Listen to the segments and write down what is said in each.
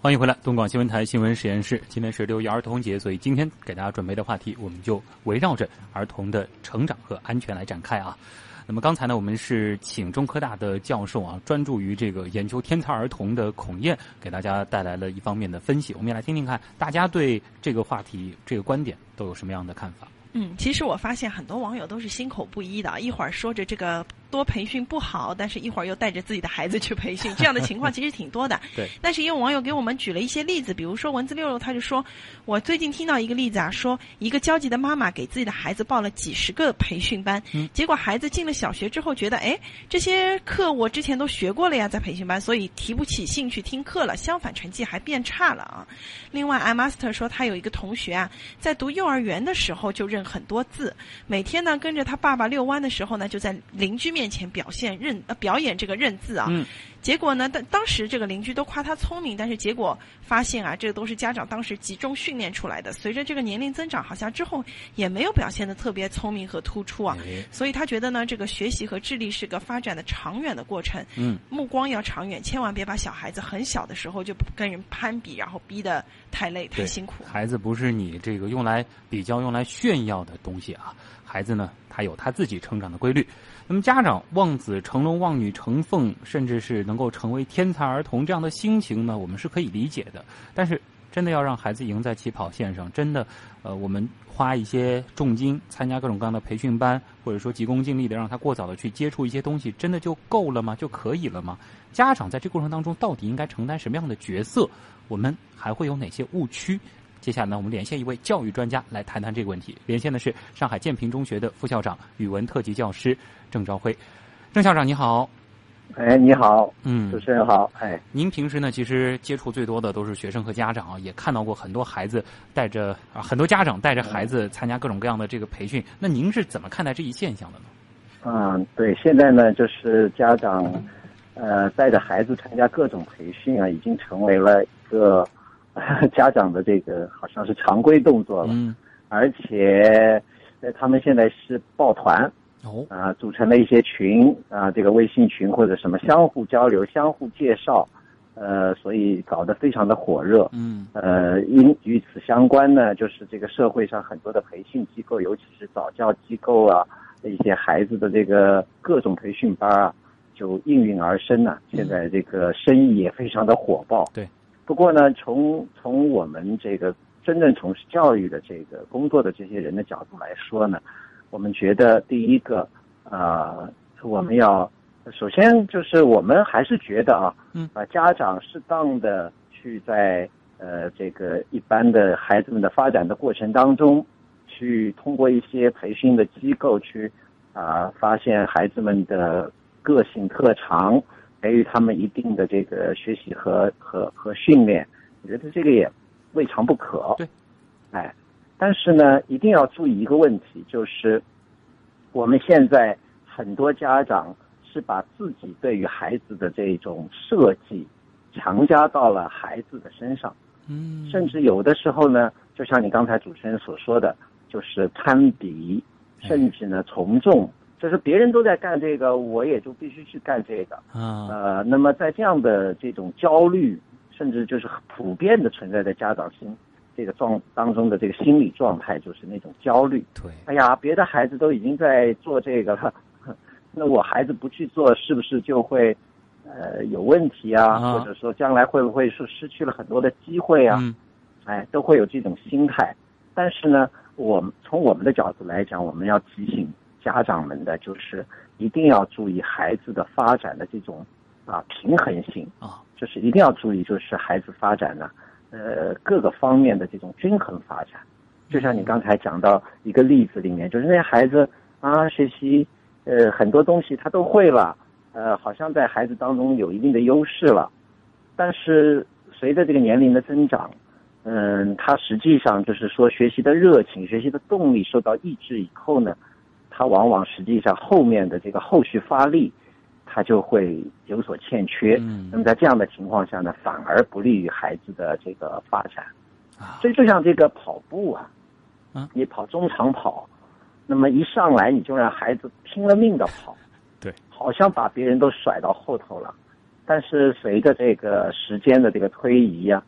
欢迎回来，东广新闻台新闻实验室。今天是6一儿童节，所以今天给大家准备的话题，我们就围绕着儿童的成长和安全来展开啊。那么刚才呢，我们是请中科大的教授啊，专注于这个研究天才儿童的孔燕，给大家带来了一方面的分析。我们也来听听看，大家对这个话题、这个观点都有什么样的看法。 其实我发现很多网友都是心口不一的，一会儿说着这个多培训不好，但是一会儿又带着自己的孩子去培训，这样的情况其实挺多的。 对。 但是也有网友给我们举了一些例子，比如说文字六六他就说，我最近听到一个例子啊，说一个焦急的妈妈给自己的孩子报了几十个培训班，结果孩子进了小学之后觉得，这些课我之前都学过了呀，在培训班，所以提不起兴趣听课了，相反成绩还变差了啊。另外 iMaster 说他有一个同学啊，在读幼儿园的时候就认很多字，每天呢跟着他爸爸遛弯的时候呢，就在邻居面前表演这个认字啊。结果呢，当时这个邻居都夸他聪明，但是结果发现啊，这都是家长当时集中训练出来的。随着这个年龄增长，好像之后也没有表现得特别聪明和突出啊。所以他觉得呢，这个学习和智力是个发展的长远的过程。目光要长远，千万别把小孩子很小的时候就跟人攀比，然后逼得太累太辛苦。 孩子不是你这个用来比较、用来炫耀的东西啊。孩子呢，他有他自己成长的规律。那么家长望子成龙、望女成凤，甚至是能够成为天才儿童这样的心情呢，我们是可以理解的。但是真的要让孩子赢在起跑线上，真的我们花一些重金参加各种各样的培训班，或者说急功近利的让他过早的去接触一些东西，真的就够了吗？就可以了吗？家长在这过程当中到底应该承担什么样的角色？我们还会有哪些误区？接下来呢，我们连线一位教育专家来谈谈这个问题。连线的是上海建平中学的副校长、语文特级教师郑朝辉。郑校长你好。 你好。主持人好。 您平时呢，其实接触最多的都是学生和家长啊，也看到过很多孩子带着很多家长带着孩子参加各种各样的这个培训。那您是怎么看待这一现象的呢？对，现在呢，就是家长带着孩子参加各种培训啊，已经成为了一个家长的这个好像是常规动作了。而且他们现在是抱团。组成了一些群啊，这个微信群或者什么相互交流、相互介绍，所以搞得非常的火热。与此相关呢，就是这个社会上很多的培训机构，尤其是早教机构啊，一些孩子的这个各种培训班啊，就应运而生了。现在这个生意也非常的火爆。 对。 不过呢，从我们这个真正从事教育的这个工作的这些人的角度来说呢，我们觉得第一个，我们要首先就是我们还是觉得家长适当的去在这个一般的孩子们的发展的过程当中，去通过一些培训的机构去发现孩子们的个性特长，给予他们一定的这个学习和训练，我觉得这个也未尝不可。 对。 但是呢，一定要注意一个问题，就是我们现在很多家长是把自己对于孩子的这种设计强加到了孩子的身上。甚至有的时候呢，就像你刚才主持人所说的，就是攀比，甚至呢从众，就是别人都在干这个，我也就必须去干这个。那么在这样的这种焦虑，甚至就是普遍的存在在家长心这个当中的这个心理状态，就是那种焦虑。 对。 哎呀，别的孩子都已经在做这个了，那我孩子不去做，是不是就会有问题啊？或者说将来会不会是失去了很多的机会啊？都会有这种心态。但是呢，从我们的角度来讲，我们要提醒家长们的就是一定要注意孩子的发展的这种平衡性就是一定要注意，就是孩子发展呢各个方面的这种均衡发展。就像你刚才讲到一个例子里面，就是那些孩子学习很多东西他都会了，好像在孩子当中有一定的优势了，但是随着这个年龄的增长，他实际上就是说学习的热情、学习的动力受到抑制以后呢，他往往实际上后面的这个后续发力，他就会有所欠缺。那么在这样的情况下呢，反而不利于孩子的这个发展。所以就像这个跑步你跑中长跑，那么一上来你就让孩子拼了命的跑， 对， 好像把别人都甩到后头了。但是随着这个时间的这个推移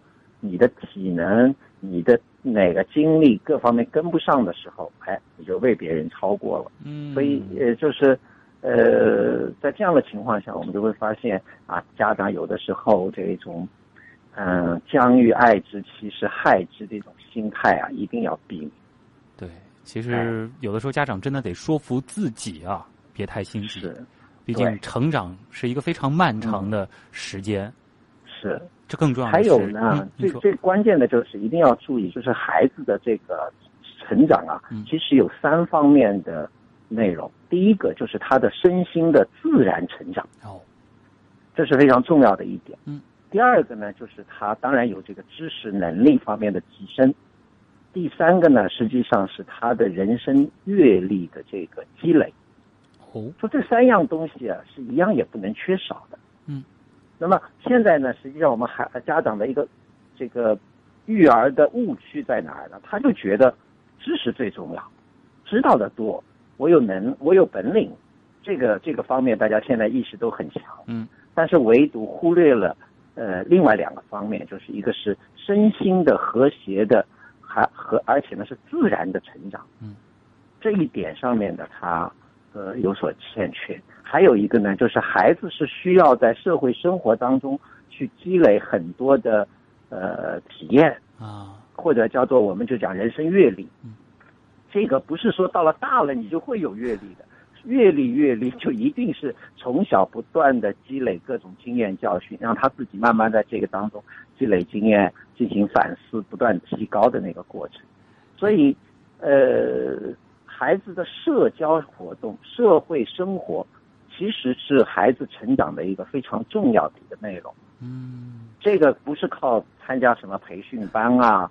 你的体能、你的哪个精力各方面跟不上的时候，你就被别人超过了。所以就是在这样的情况下，我们就会发现啊，家长有的时候这种将欲爱之，其实害之这种心态啊，一定要避免。 对，其实有的时候家长真的得说服自己啊，别太心急。 是， 毕竟成长是一个非常漫长的时间。 是， 这更重要的是。 还有呢，最关键的就是一定要注意，就是孩子的这个成长啊，其实有3方面的内容。第一个就是他的身心的自然成长，这是非常重要的一点。第二个呢，就是他当然有这个知识能力方面的提升。第3个呢，实际上是他的人生阅历的这个积累。说这3样东西啊，是一样也不能缺少的。那么现在呢，实际上我们家长的一个这个育儿的误区在哪儿呢？他就觉得知识最重要，知道的多，我有本领，这个方面大家现在意识都很强。但是唯独忽略了另外2个方面，就是一个是身心的和谐的，而且呢是自然的成长。这一点上面的他有所欠缺。还有一个呢，就是孩子是需要在社会生活当中去积累很多的体验啊，或者叫做我们就讲人生阅历。这个不是说到了大了你就会有阅历的，阅历就一定是从小不断的积累各种经验教训，让他自己慢慢在这个当中积累经验，进行反思，不断提高的那个过程。所以孩子的社交活动、社会生活其实是孩子成长的一个非常重要的一个内容。这个不是靠参加什么培训班啊，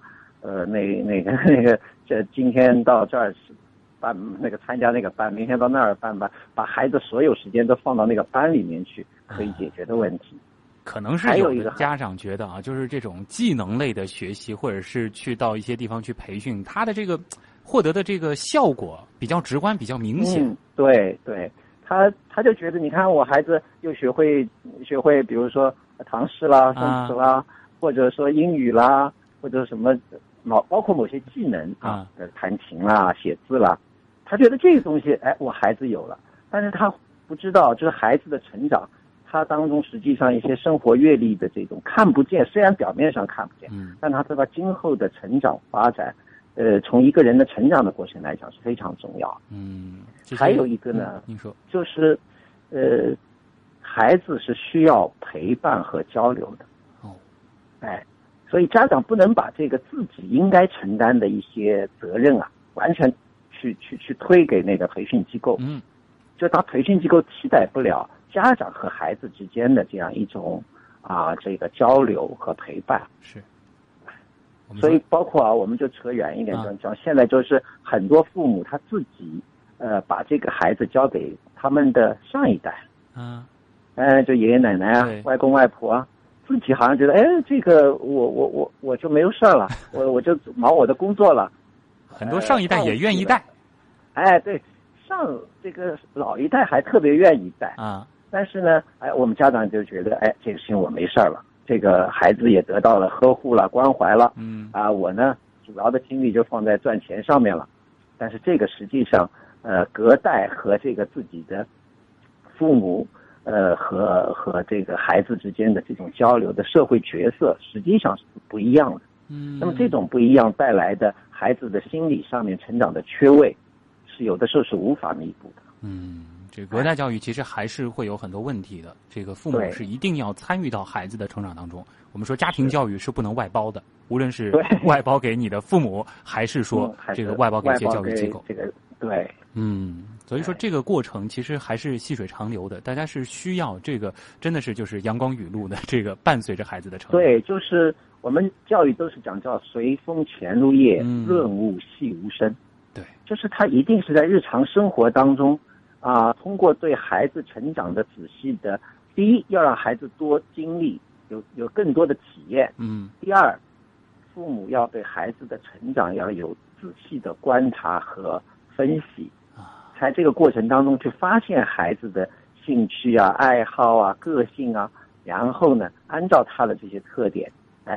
这今天到这儿办参加那个班，明天到那儿办班，把孩子所有时间都放到那个班里面去，可以解决的问题。 可能是有的家长觉得啊，就是这种技能类的学习，或者是去到一些地方去培训，他的这个获得的这个效果比较直观，比较明显。 对，他就觉得，你看我孩子又学会，比如说唐诗啦、宋词啦，或者说英语啦，或者什么，包括某些技能啊，弹琴啦、写字啦，他觉得这个东西，我孩子有了，但是他不知道，就是孩子的成长，他当中实际上一些生活阅历的这种看不见，虽然表面上看不见，但他对他今后的成长发展，从一个人的成长的过程来讲是非常重要。还有一个呢， 您说， 就是孩子是需要陪伴和交流的。所以家长不能把这个自己应该承担的一些责任啊，完全去推给那个培训机构。就当培训机构替代不了家长和孩子之间的这样一种这个交流和陪伴。 是。 所以包括我们就扯远一点讲，现在就是很多父母他自己把这个孩子交给他们的上一代，就爷爷奶奶啊、外公外婆啊，自己好像觉得这个我就没有事了，我就忙我的工作了。 很多上一代也愿意带。 对，这个老一代还特别愿意带啊。但是呢，我们家长就觉得这个事情我没事了。这个孩子也得到了呵护了、关怀了，我呢主要的精力就放在赚钱上面了。但是这个实际上，隔代和这个自己的父母，和这个孩子之间的这种交流的社会角色，实际上是不一样的。那么这种不一样带来的孩子的心理上面成长的缺位，是有的时候是无法弥补的。 这个隔代教育其实还是会有很多问题的。这个父母是一定要参与到孩子的成长当中。我们说家庭教育是不能外包的，无论是外包给你的父母，还是说这个外包给一些教育机构。所以说这个过程其实还是细水长流的，大家是需要这个真的是就是阳光雨露的这个伴随着孩子的成长。 对，就是我们教育都是讲叫随风潜入夜，润物细无声。 对， 就是他一定是在日常生活当中通过对孩子成长的仔细的，第一要让孩子多经历，有更多的体验。第二，父母要对孩子的成长要有仔细的观察和分析，在这个过程当中去发现孩子的兴趣啊、爱好啊、个性啊，然后呢，按照他的这些特点，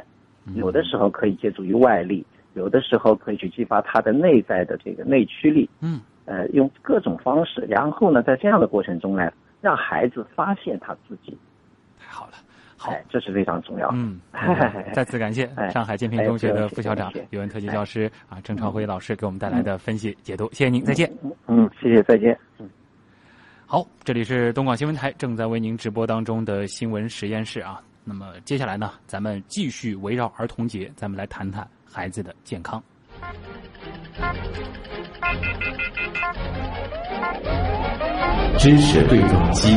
有的时候可以借助于外力，有的时候可以去激发他的内在的这个内驱力。用各种方式，然后呢，在这样的过程中呢，让孩子发现他自己。 太好了。好， 这是非常重要的。 再次感谢上海建平中学的副校长、语文特级教师郑朝辉老师给我们带来的分析解读，谢谢您，再见。 谢谢，再见。 好，这里是东广新闻台正在为您直播当中的新闻实验室啊。那么接下来呢，咱们继续围绕儿童节，咱们来谈谈孩子的健康。 知识对撞机。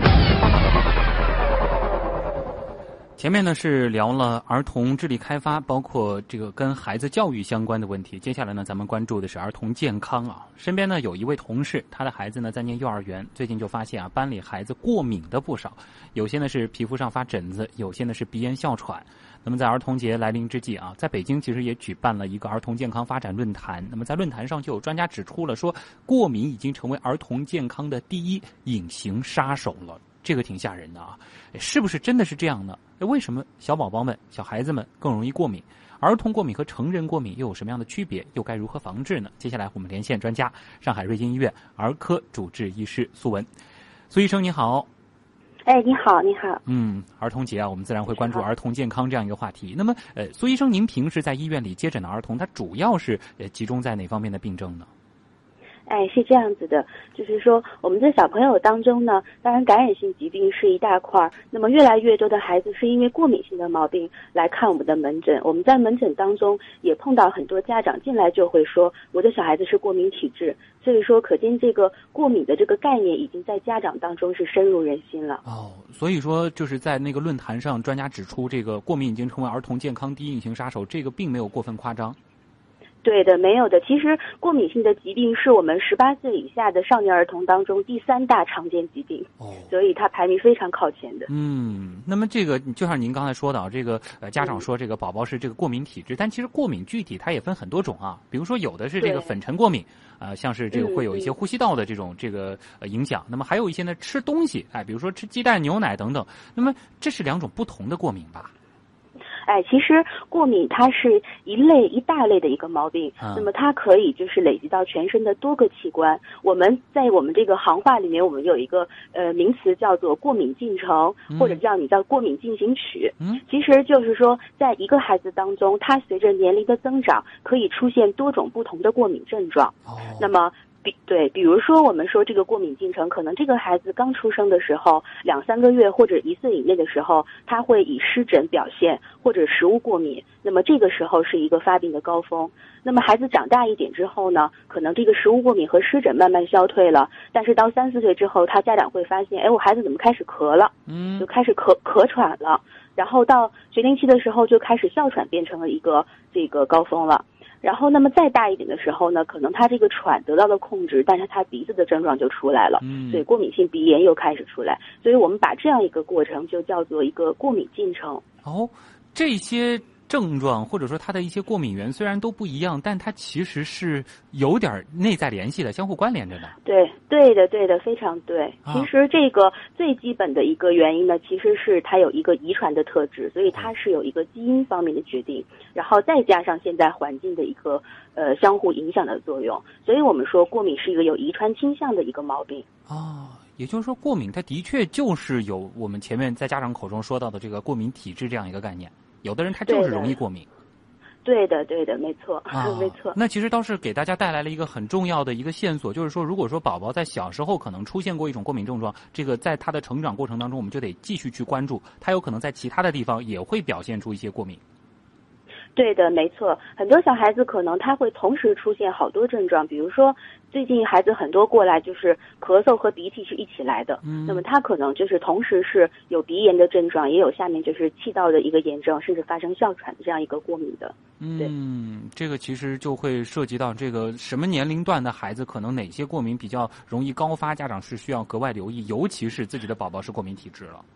前面呢是聊了儿童智力开发，包括这个跟孩子教育相关的问题。接下来呢，咱们关注的是儿童健康啊。身边呢有一位同事，他的孩子呢在念幼儿园，最近就发现班里孩子过敏的不少，有些呢是皮肤上发疹子，有些呢是鼻炎哮喘。那么在儿童节来临之际啊，在北京其实也举办了一个儿童健康发展论坛。那么在论坛上就有专家指出了，说过敏已经成为儿童健康的第一隐形杀手了。这个挺吓人的啊，是不是真的是这样呢？为什么小宝宝们、小孩子们更容易过敏？儿童过敏和成人过敏又有什么样的区别？又该如何防治呢？接下来我们连线专家，上海瑞金医院儿科主治医师苏文。苏医生你好。 你好，你好。 儿童节啊，我们自然会关注儿童健康这样一个话题。那么，苏医生，您平时在医院里接诊的儿童，他主要是集中在哪方面的病症呢？ 是这样子的，就是说我们的小朋友当中呢，当然感染性疾病是一大块，那么越来越多的孩子是因为过敏性的毛病来看我们的门诊。我们在门诊当中也碰到很多家长进来就会说我的小孩子是过敏体质，所以说可见这个过敏的这个概念已经在家长当中是深入人心了。 所以说就是在那个论坛上，专家指出这个过敏已经成为儿童健康第一隐形杀手，这个并没有过分夸张。 对的，没有的。其实过敏性的疾病是我们18岁以下的少年儿童当中第3大常见疾病，所以它排名非常靠前的。 那么这个就像您刚才说的，这个家长说这个宝宝是这个过敏体质，但其实过敏具体它也分很多种啊，比如说有的是这个粉尘过敏，像是这个会有一些呼吸道的这种影响，那么还有一些呢吃东西，比如说吃鸡蛋、牛奶等等，那么这是2种不同的过敏吧？ 其实过敏它是一大类的一个毛病，那么它可以就是累积到全身的多个器官。我们在我们这个行话里面，我们有一个名词叫做过敏进程，或者叫过敏进行曲。其实就是说，在一个孩子当中，他随着年龄的增长，可以出现多种不同的过敏症状。那么比如说我们说这个过敏进程，可能这个孩子刚出生的时候2-3个月或者1岁以内的时候，他会以湿疹表现或者食物过敏，那么这个时候是一个发病的高峰。那么孩子长大一点之后呢，可能这个食物过敏和湿疹慢慢消退了，但是到3-4岁之后，他家长会发现我孩子怎么开始咳了，就开始咳喘了，然后到学龄期的时候就开始哮喘变成了一个这个高峰了。然后那么再大一点的时候呢，可能他这个喘得到了控制，但是他鼻子的症状就出来了，所以过敏性鼻炎又开始出来，所以我们把这样一个过程就叫做一个过敏进程。 这些症状或者说它的一些过敏源虽然都不一样，但它其实是有点内在联系的，相互关联着的。 对的，非常对。其实这个最基本的一个原因呢，其实是它有一个遗传的特质，所以它是有一个基因方面的决定，然后再加上现在环境的一个相互影响的作用，所以我们说过敏是一个有遗传倾向的一个毛病。 也就是说过敏它的确就是有我们前面在家长口中说到的这个过敏体质这样一个概念，有的人他就是容易过敏。 对的，没错，没错。 那其实倒是给大家带来了一个很重要的一个线索，就是说如果说宝宝在小时候可能出现过一种过敏症状，这个在他的成长过程当中我们就得继续去关注，他有可能在其他的地方也会表现出一些过敏。 对的，没错。很多小孩子可能他会同时出现好多症状，比如说最近孩子很多过来就是咳嗽和鼻涕是一起来的，那么他可能就是同时是有鼻炎的症状，也有下面就是气道的一个炎症，甚至发生哮喘的这样一个过敏的。 这个其实就会涉及到这个什么年龄段的孩子可能哪些过敏比较容易高发，家长是需要格外留意，尤其是自己的宝宝是过敏体质了。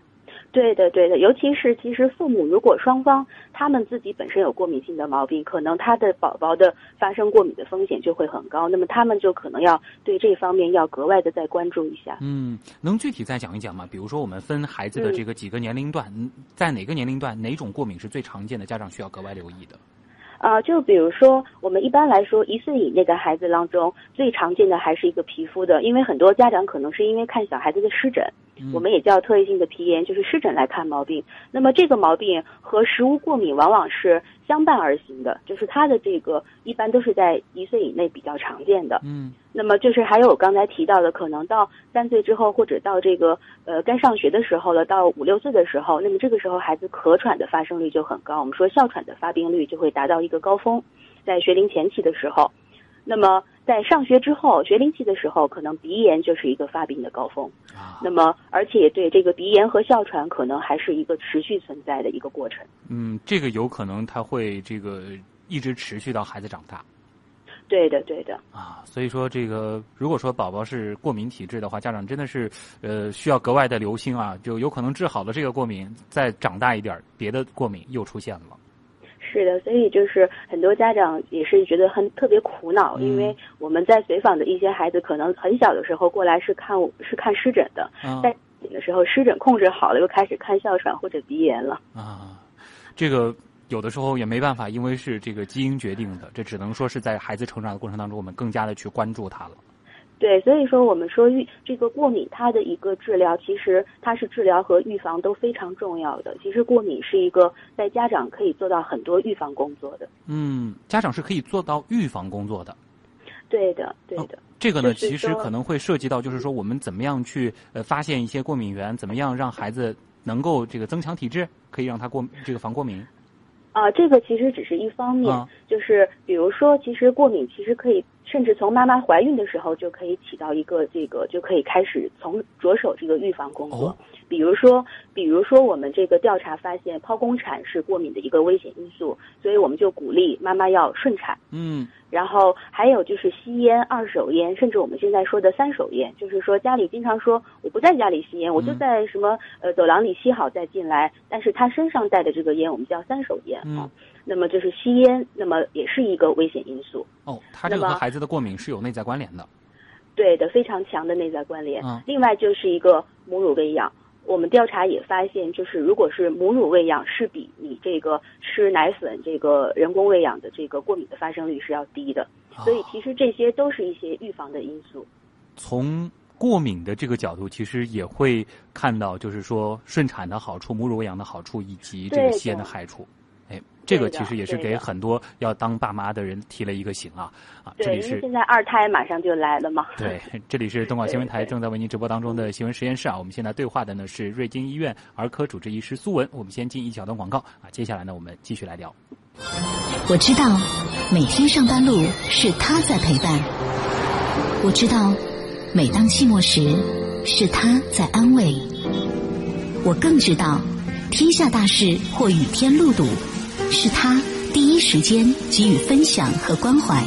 对的，对的，尤其是其实父母如果双方他们自己本身有过敏性的毛病，可能他的宝宝的发生过敏的风险就会很高，那么他们就可能要对这方面要格外的再关注一下。 能具体再讲一讲吗？比如说我们分孩子的这个几个年龄段，在哪个年龄段哪种过敏是最常见的，家长需要格外留意的？ 就比如说我们一般来说1岁以内的孩子当中，最常见的还是一个皮肤的，因为很多家长可能是因为看小孩子的湿疹，我们也叫特异性的皮炎，就是湿疹来看毛病。那么这个毛病和食物过敏往往是相伴而行的，就是它的这个一般都是在1岁以内比较常见的。那么就是还有我刚才提到的，可能到3岁之后，或者到这个该上学的时候了，到5、6岁的时候，那么这个时候孩子咳喘的发生率就很高，我们说哮喘的发病率就会达到一个高峰，在学龄前期的时候。那么在上学之后，学龄期的时候，可能鼻炎就是一个发病的高峰。那么而且对这个鼻炎和哮喘可能还是一个持续存在的一个过程。 这个有可能它会这个一直持续到孩子长大。 对的，对的。 所以说这个如果说宝宝是过敏体质的话，家长真的是需要格外的留心啊，就有可能治好了这个过敏，再长大一点，别的过敏又出现了。 是的，所以就是很多家长也是觉得特别苦恼，因为我们在随访的一些孩子，可能很小的时候过来是看湿疹的，在的时候湿疹控制好了，又开始看哮喘或者鼻炎了。 这个有的时候也没办法，因为是这个基因决定的，这只能说是在孩子成长的过程当中，我们更加的去关注它了。 对，所以说我们说这个过敏它的一个治疗，其实它是治疗和预防都非常重要的。其实过敏是一个在家长可以做到很多预防工作的。 家长是可以做到预防工作的。 对的，对的。 这个呢，其实可能会涉及到，就是说我们怎么样去发现一些过敏源，怎么样让孩子能够这个增强体质，可以让他防过敏。 这个其实只是一方面，就是比如说，其实过敏其实可以，甚至从妈妈怀孕的时候就可以起到一个就可以开始着手这个预防工作。比如说我们这个调查发现剖宫产是过敏的一个危险因素，所以我们就鼓励妈妈要顺产。然后还有就是吸烟、2手烟，甚至我们现在说的3手烟，就是说家里经常说我不在家里吸烟，我就在什么走廊里吸好再进来，但是他身上带的这个烟我们叫3手烟。那么就是吸烟，那么也是一个危险因素。 它这个和孩子的过敏是有内在关联的。 对的，非常强的内在关联。另外就是一个母乳喂养。我们调查也发现，就是如果是母乳喂养，是比你这个吃奶粉这个人工喂养的这个过敏的发生率是要低的。所以其实这些都是一些预防的因素。 从过敏的这个角度，其实也会看到，就是说顺产的好处、母乳喂养的好处以及这个吸烟的害处。这个其实也是给很多要当爸妈的人提了一个醒啊！这里是现在2胎马上就来了嘛。 对，这里是东广新闻台正在为您直播当中的新闻实验室啊。我们现在对话的呢是瑞金医院儿科主治医师苏文。我们先进一小段广告啊，接下来呢我们继续来聊。 我知道每天上班路是他在陪伴，我知道每当寂寞时是他在安慰，我更知道天下大事或雨天路堵，是他第一时间给予分享和关怀。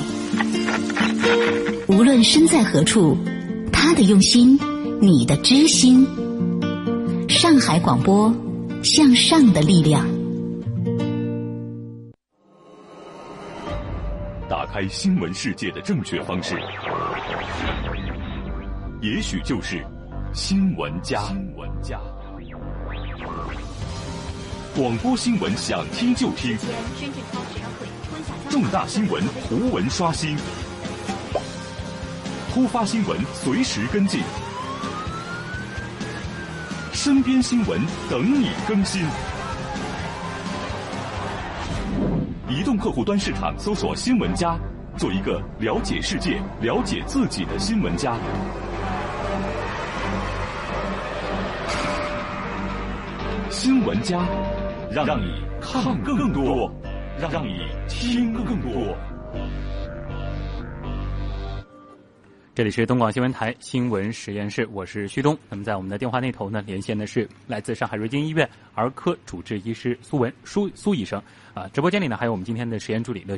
无论身在何处，他的用心，你的知心。上海广播，向上的力量。 打开新闻世界的正确方式，也许就是新闻家。广播新闻想听就听，重大新闻图文刷新，突发新闻随时跟进，身边新闻等你更新。移动客户端市场搜索新闻家，做一个了解世界、了解自己的新闻家。新闻家，让你看更多，让你听更多。 这里是东广新闻台新闻实验室，我是旭东。那么在我们的电话那头呢，连线的是来自上海瑞金医院儿科主治医师苏文苏医生啊。直播间里呢，还有我们今天的实验助理乐琪。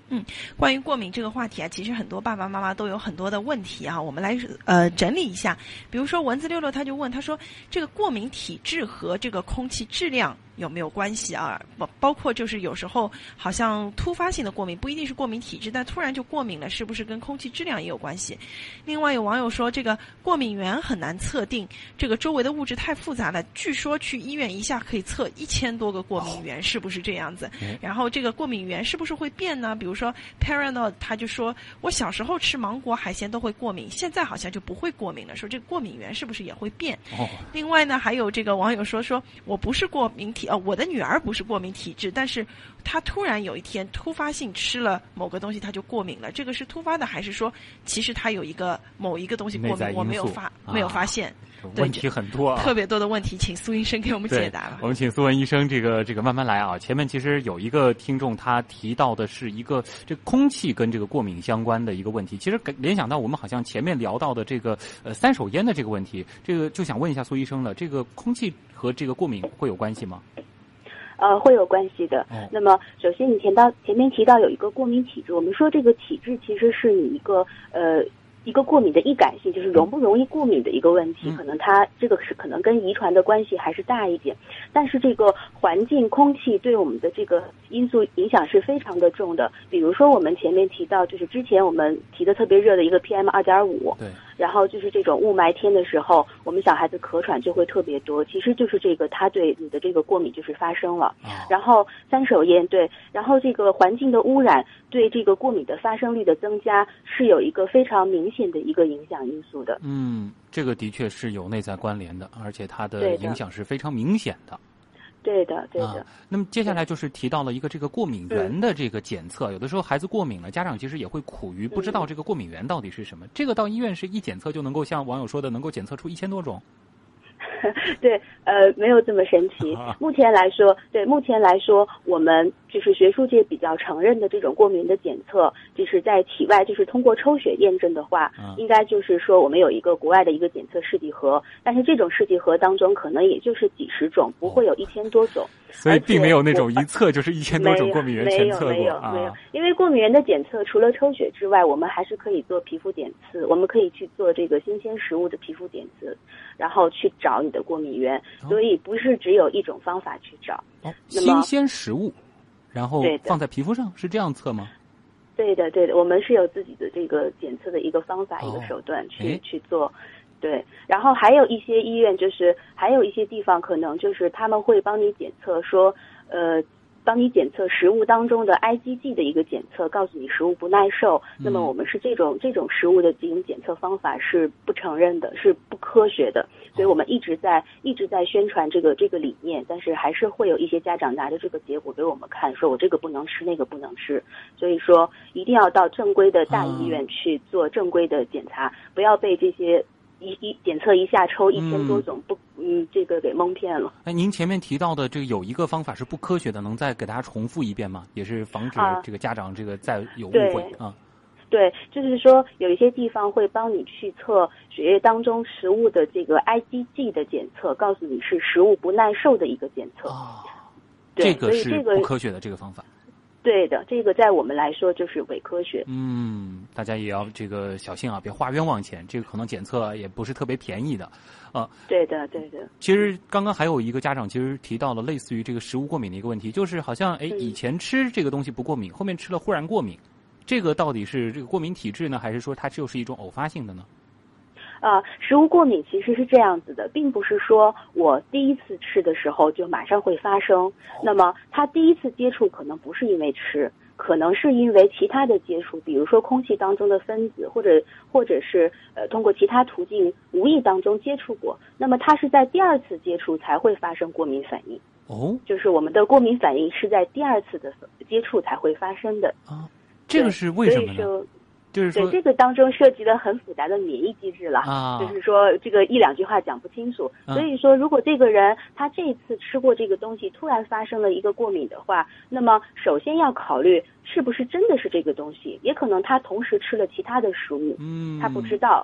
关于过敏这个话题啊，其实很多爸爸妈妈都有很多的问题啊，我们来整理一下。比如说蚊子六六他就问，他说这个过敏体质和这个空气质量有没有关系啊？包括就是有时候好像突发性的过敏不一定是过敏体质，但突然就过敏了，是不是跟空气质量也有关系？另外有网友说这个过敏源很难测定，这个周围的物质太复杂了，据说去医院一下可以测1000多个过敏源，是不是这样子？然后这个过敏源是不是会变呢？比如说 Paranoid 他就说我小时候吃芒果海鲜都会过敏，现在好像就不会过敏了，说这个过敏源是不是也会变？另外呢还有这个网友说我不是过敏体我的女儿不是过敏体质，但是她突然有一天突发性吃了某个东西她就过敏了，这个是突发的还是说其实她有某一个东西过敏我没有发现？ 问题很多啊， 特别多的问题，请苏医生给我们解答吧。 我们请苏文医生这个慢慢来啊。前面其实有一个听众他提到的是一个这空气跟这个过敏相关的一个问题，其实联想到我们好像前面聊到的这个三手烟的这个问题，这个就想问一下苏医生了，这个空气和这个过敏会有关系吗？ 会有关系的。那么首先你前面提到有一个过敏体质，我们说这个体质其实是你一个过敏的易感性，就是容不容易过敏的一个问题，可能它这个是可能跟遗传的关系还是大一点，但是这个环境空气对我们的这个因素影响是非常的重的。比如说我们前面提到，就是之前我们提的特别热的一个 PM2.5， 对，然后就是这种雾霾天的时候，我们小孩子咳喘就会特别多，其实就是这个它对你的这个过敏就是发生了。然后三手烟，对，然后这个环境的污染对这个过敏的发生率的增加是有一个非常明显的一个影响因素的。 这个的确是有内在关联的，而且它的影响是非常明显的。 对的。 那么接下来就是提到了一个这个过敏源的这个检测，有的时候孩子过敏了，家长其实也会苦于不知道这个过敏源到底是什么。这个到医院是一检测就能够像网友说的，能够检测出1000多种。 对，没有这么神奇。目前来说，我们就是学术界比较承认的这种过敏的检测，就是在体外，就是通过抽血验证的话，应该就是说我们有一个国外的一个检测试剂盒，但是这种试剂盒当中可能也就是几十种，不会有1000多种。 所以并没有那种一测就是1000多种过敏源全测过。没有， 因为过敏源的检测除了抽血之外，我们还是可以做皮肤点刺，我们可以去做这个新鲜食物的皮肤点刺，然后去找你的过敏源，所以不是只有一种方法去找。 新鲜食物，然后放在皮肤上，是这样测吗？ 对的，我们是有自己的这个检测的一个方法、一个手段去做。对，然后还有一些医院，就是还有一些地方可能就是他们会帮你检测说，帮你检测食物当中的 IgG 的一个检测，告诉你食物不耐受。那么我们是这种食物的这种检测方法是不承认的，是不科学的。所以我们一直在宣传这个理念，但是还是会有一些家长拿着这个结果给我们看，说我这个不能吃，那个不能吃。所以说一定要到正规的大医院去做正规的检查，不要被这些一检测一下抽1000多种这个给蒙骗了。 您前面提到的这个有一个方法是不科学的，能再给大家重复一遍吗？也是防止这个家长这个再有误会啊。 对，就是说有一些地方会帮你去测血液当中食物的这个 IgG 的检测，告诉你是食物不耐受的一个检测。 这个是不科学的这个方法。 对的，这个在我们来说就是伪科学。 大家也要这个小心啊，别花冤枉钱。这个可能检测也不是特别便宜的， 对的。 其实刚刚还有一个家长其实提到了类似于这个食物过敏的一个问题，就是好像以前吃这个东西不过敏，后面吃了忽然过敏，这个到底是这个过敏体质呢，还是说它就是一种偶发性的呢？ 食物过敏其实是这样子的，并不是说我第一次吃的时候就马上会发生。那么他第一次接触可能不是因为吃，可能是因为其他的接触，比如说空气当中的分子，或者是通过其他途径无意当中接触过。那么他是在第二次接触才会发生过敏反应。就是我们的过敏反应是在第二次的接触才会发生的。 这个是为什么呢？就是说， 对，这个当中涉及了很复杂的免疫机制了，就是说这个一两句话讲不清楚。所以说，如果这个人他这一次吃过这个东西，突然发生了一个过敏的话，那么首先要考虑是不是真的是这个东西，也可能他同时吃了其他的食物，他不知道。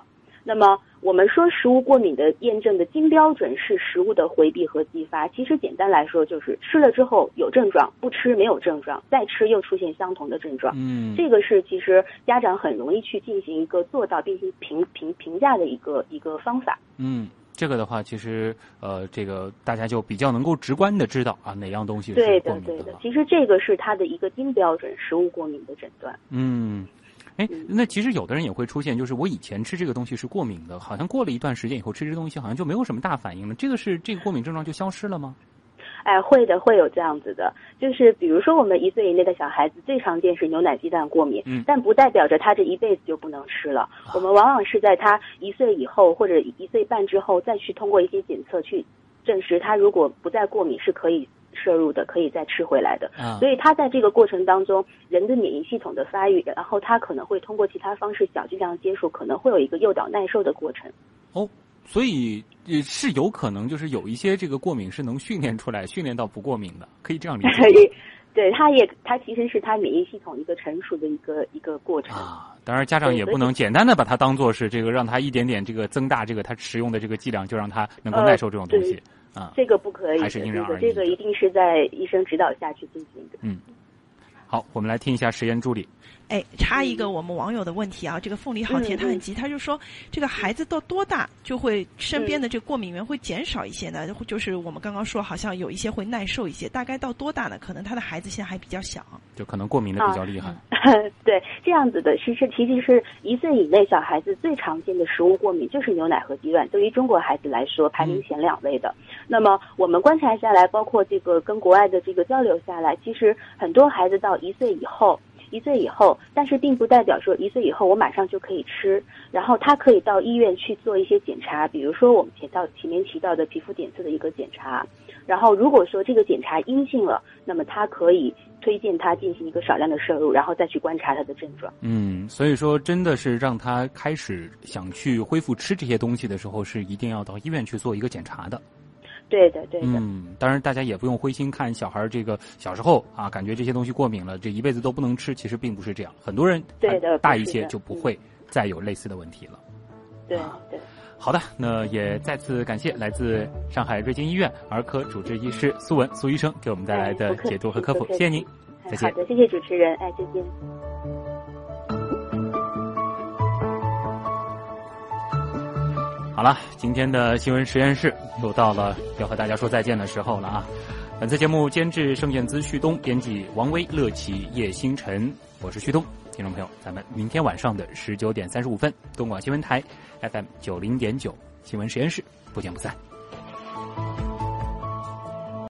那么我们说食物过敏的验证的金标准是食物的回避和继发，其实简单来说就是吃了之后有症状，不吃没有症状，再吃又出现相同的症状。这个是其实家长很容易去进行一个做到并行评价的一个方法。 这个的话，其实这个大家就比较能够直观的知道啊，哪样东西是过敏的。 对的，其实这个是它的一个金标准，食物过敏的诊断。 那其实有的人也会出现，就是我以前吃这个东西是过敏的，好像过了一段时间以后吃这东西好像就没有什么大反应了，这个过敏症状就消失了吗？ 会的，会有这样子的，就是比如说我们1岁以内的小孩子最常见是牛奶鸡蛋过敏，但不代表着他这一辈子就不能吃了。我们往往是在他1岁以后或者1岁半之后，再去通过一些检测去证实他如果不再过敏是可以摄入的，可以再吃回来的。所以他在这个过程当中，人的免疫系统的发育，然后他可能会通过其他方式小剂量接触，可能会有一个诱导耐受的过程。 所以是有可能就是有一些这个过敏是能训练出来，训练到不过敏的，可以这样理解。 对，它其实是它免疫系统一个成熟的一个过程当然家长也不能简单的把它当做是这个让它一点点这个增大这个它食用的这个剂量，就让它能够耐受这种东西这个不可以， 还是因人而异。 这个一定是在医生指导下去进行的。 好，我们来听一下实验助理。 插一个我们网友的问题啊，这个凤梨好甜他很急，他就说这个孩子到多大就会身边的这个过敏源会减少一些呢？就是我们刚刚说好像有一些会耐受一些，大概到多大呢？可能他的孩子现在还比较小， 就可能过敏的比较厉害。 对，这样子的，其实是1岁以内小孩子最常见的食物过敏就是牛奶和鸡卵，对于中国孩子来说排名前2位的。那么我们观察下来，包括这个跟国外的这个交流下来，其实很多孩子到1岁以后，但是并不代表说1岁以后我马上就可以吃，然后他可以到医院去做一些检查，比如说我们前面提到的皮肤检测的一个检查，然后如果说这个检查阴性了，那么他可以推荐他进行一个少量的摄入，然后再去观察他的症状。 所以说真的是让他开始想去恢复吃这些东西的时候，是一定要到医院去做一个检查的。 对的。 当然大家也不用灰心，看小孩这个小时候啊，感觉这些东西过敏了，这一辈子都不能吃，其实并不是这样。很多人大一些就不会再有类似的问题了。 对。 好的，那也再次感谢来自上海瑞金医院儿科主治医师苏医生给我们带来的解读和科普，谢谢您，再见。 好的，谢谢主持人，再见。 好了，今天的新闻实验室又到了要和大家说再见的时候了啊！本次节目监制盛燕姿、旭东，编辑王威、乐琪、叶星辰，我是旭东。听众朋友，咱们明天晚上的19点35分，东广新闻台 FM 90.9新闻实验室不见不散。